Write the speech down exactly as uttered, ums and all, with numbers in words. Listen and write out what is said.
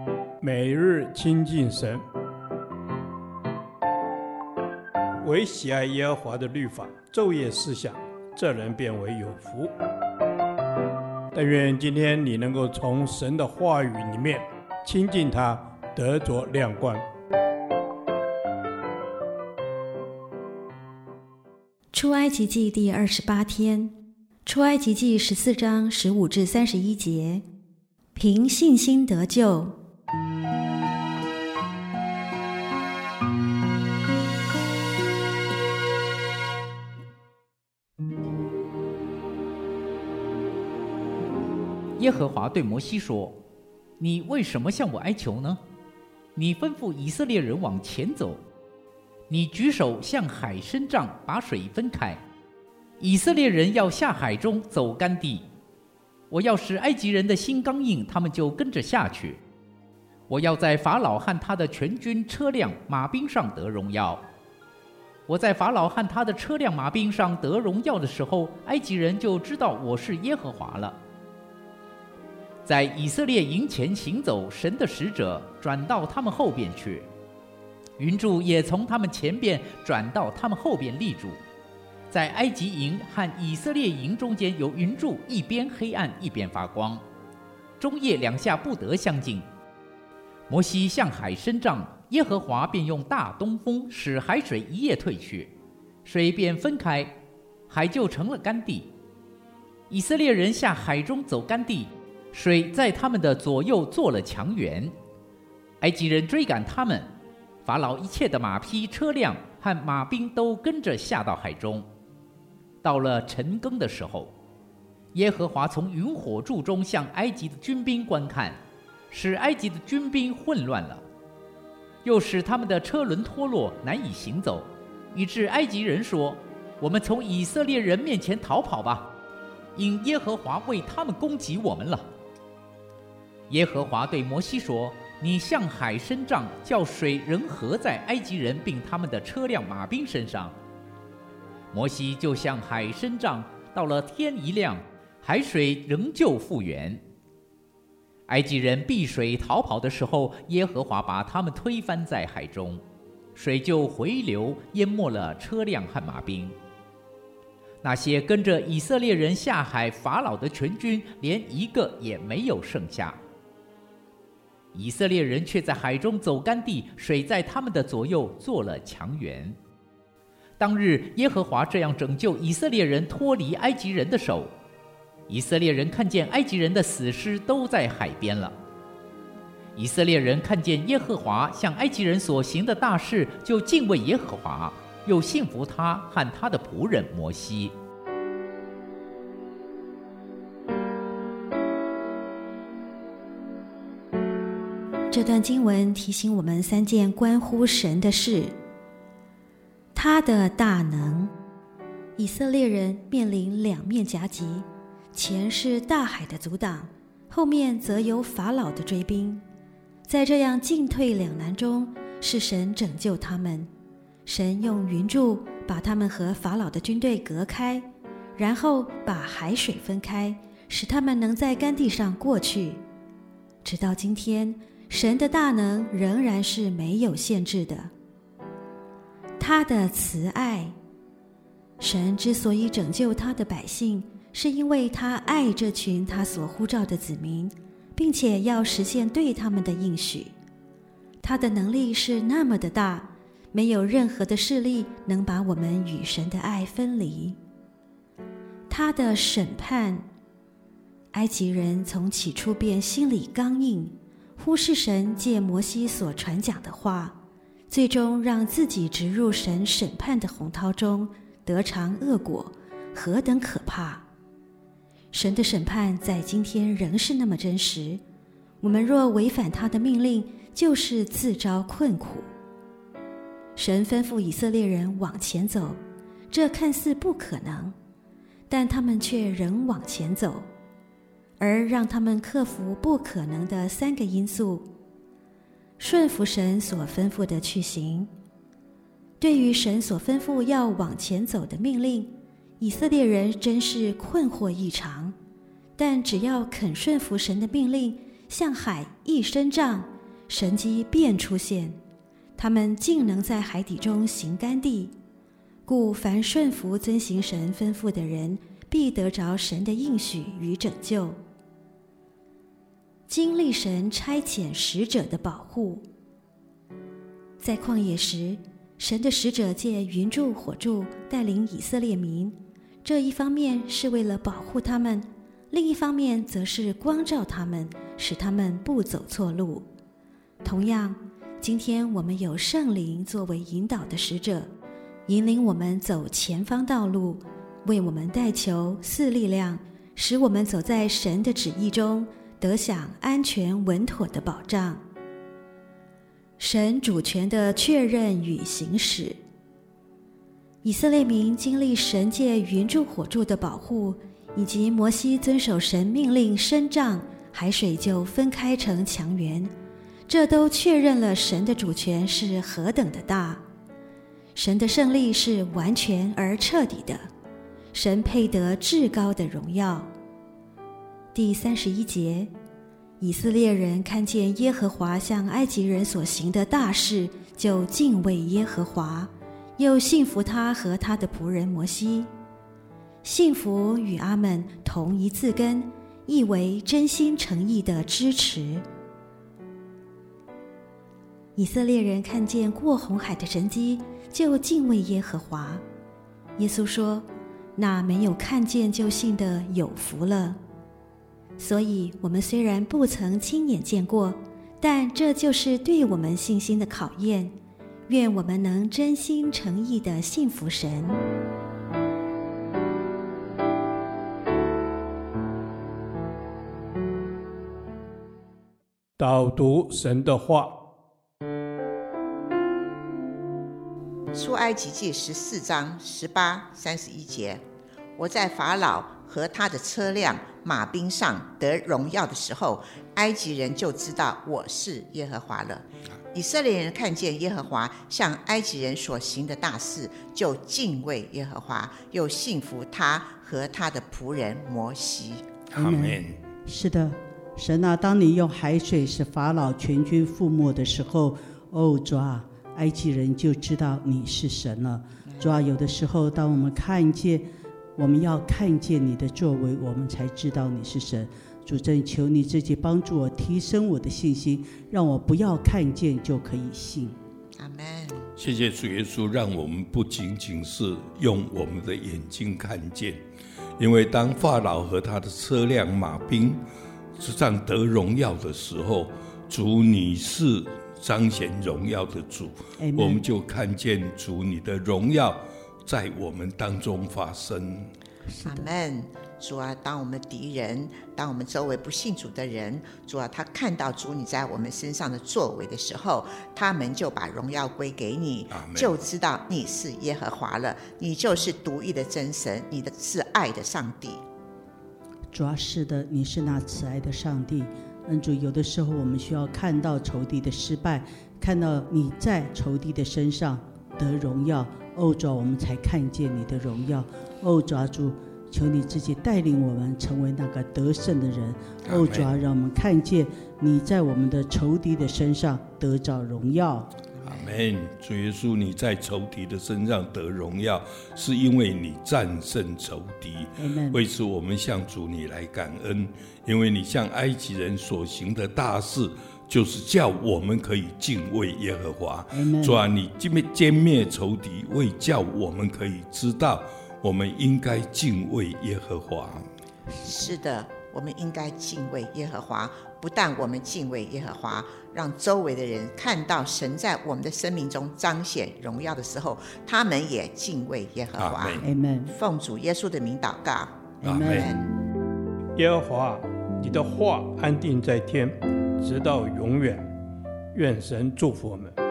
每日亲近神，唯喜爱耶和华的律法，昼夜思想，这人变为有福。但愿今天你能够从神的话语里面亲近他，得着亮光。 出埃及记第二十八天，出埃及记十四章十五至三十一节，凭信心得救。 耶和华对摩西说：你为什么向我哀求呢？你吩咐以色列人往前走，你举手向海伸杖，把水分开，以色列人要下海中走干地。我要使埃及人的心刚硬，他们就跟着下去。我要在法老和他的全军车辆马兵上得荣耀。我在法老和他的车辆马兵上得荣耀的时候，埃及人就知道我是耶和华了。在以色列营前行走，神的使者转到他们后边去，云柱也从他们前边转到他们后边立住。在埃及营和以色列营中间有云柱，一边黑暗一边发光，中夜两下不得相近。摩西向海伸杖，耶和华便用大东风使海水一夜退去，水便分开，海就成了干地。以色列人下海中走干地，水在他们的左右做了墙垣。埃及人追赶他们，法老一切的马匹、车辆和马兵都跟着下到海中。到了晨更的时候，耶和华从云火柱中向埃及的军兵观看，使埃及的军兵混乱了，又使他们的车轮脱落，难以行走，以致埃及人说：我们从以色列人面前逃跑吧，因耶和华为他们攻击我们了。耶和华对摩西说：你向海伸杖，叫水仍合在埃及人并他们的车辆马兵身上。摩西就向海伸杖，到了天一亮，海水仍旧复原。埃及人避水逃跑的时候，耶和华把他们推翻在海中，水就回流，淹没了车辆和马兵。那些跟着以色列人下海法老的全军，连一个也没有剩下。以色列人却在海中走干地，水在他们的左右做了墙垣。当日耶和华这样拯救以色列人脱离埃及人的手。以色列人看见埃及人的死尸都在海边了。以色列人看见耶和华向埃及人所行的大事，就敬畏耶和华，又信服他和他的仆人摩西。 这段经文提醒我们三件关乎神的事。他的大能，以色列人面临两面夹击，前是大海的阻挡，后面则有法老的追兵。在这样进退两难中，是神拯救他们。神用云柱把他们和法老的军队隔开，然后把海水分开，使他们能在干地上过去。直到今天，神的大能仍然是没有限制的。他的慈爱，神之所以拯救他的百姓，是因为他爱这群他所呼召的子民，并且要实现对他们的应许。他的能力是那么的大，没有任何的势力能把我们与神的爱分离。他的审判，埃及人从起初便心里刚硬，忽视神借摩西所传讲的话，最终让自己直入神审判的洪涛中，得尝恶果，何等可怕！神的审判在今天仍是那么真实，我们若违反他的命令，就是自招困苦。神吩咐以色列人往前走，这看似不可能，但他们却仍往前走，而让他们克服不可能的三个因素：顺服神所吩咐的去行。对于神所吩咐要往前走的命令，以色列人真是困惑异常，但只要肯顺服神的命令，向海一伸杖， 神迹便出现，他们竟能在海底中行干地。故凡顺服遵行神吩咐的人，必得着神的应许与拯救。经历神差遣使者的保护。在旷野时，神的使者借云柱火柱带领以色列民，这一方面是为了保护他们，另一方面则是光照他们，使他们不走错路。同样，今天我们有圣灵作为引导的使者，引领我们走前方道路，为我们代求赐力量，使我们走在神的旨意中，得享安全稳妥的保障。神主权的确认与行使。以色列民经历神借云柱火柱的保护，以及摩西遵守神命令伸杖，海水就分开成强源，这都确认了神的主权是何等的大。神的胜利是完全而彻底的，神配得至高的荣耀。第三十一节，以色列人看见耶和华向埃及人所行的大事，就敬畏耶和华，又信服他和他的仆人摩西。信服与阿们同一字根，意为真心诚意的支持。以色列人看见过红海的神迹，就敬畏耶和华。耶稣说，那没有看见就信的有福了。所以我们虽然不曾亲眼见过，但这就是对我们信心的考验。愿我们能真心诚意地信服神。 导读神的话。 出埃及记十四章十八、三十一节，我在法老和他的车辆、马兵上得荣耀的时候，埃及人就知道我是耶和华了。以色列人看见耶和华向埃及人所行的大事，就敬畏耶和华，又信服他和他的仆人摩西。 阿们。是的，神啊，当你用海水使法老全军覆没的时候，哦，主啊，埃及人就知道你是神了。主啊，有的时候当我们看见，我们要看见你的作为，我们才知道你是神。主，正求你自己帮助我，提升我的信心，让我不要看见就可以信。 阿们。 谢谢主耶稣，让我们不仅仅是用我们的眼睛看见，因为当法老和他的车辆、马兵上得荣耀的时候，主你是彰显荣耀的主，我们就看见主你的荣耀在我们当中发生。 阿们。主啊，当我们的敌人，当我们周围不信主的人，主啊，他看到主你在我们身上的作为的时候，他们就把荣耀归给你，就知道你是耶和华了，你就是独一的真神，你的是爱的上帝。 主啊，是的，你是那慈爱的上帝。恩主，有的时候我们需要看到仇敌的失败，看到你在仇敌的身上得荣耀，哦主啊，我们才看见你的荣耀。哦主啊，主，求你自己带领我们成为那个得胜的人。哦主啊，让我们看见你在我们的仇敌的身上得着荣耀。 阿们。主耶稣，你在仇敌的身上得荣耀，是因为你战胜仇敌。为此我们向主你来感恩，因为你向埃及人所行的大事，就是叫我们可以敬畏耶和华。主啊，你歼灭仇敌，为叫我们可以知道我们应该敬畏耶和华。 是的，我们应该敬畏耶和华。不但我们敬畏耶和华，让周围的人看到神在我们的生命中彰显荣耀的时候，他们也敬畏耶和华。奉主耶稣的名祷告。 阿们。 耶和华，你的话安定在天，直到永远。愿神祝福我们。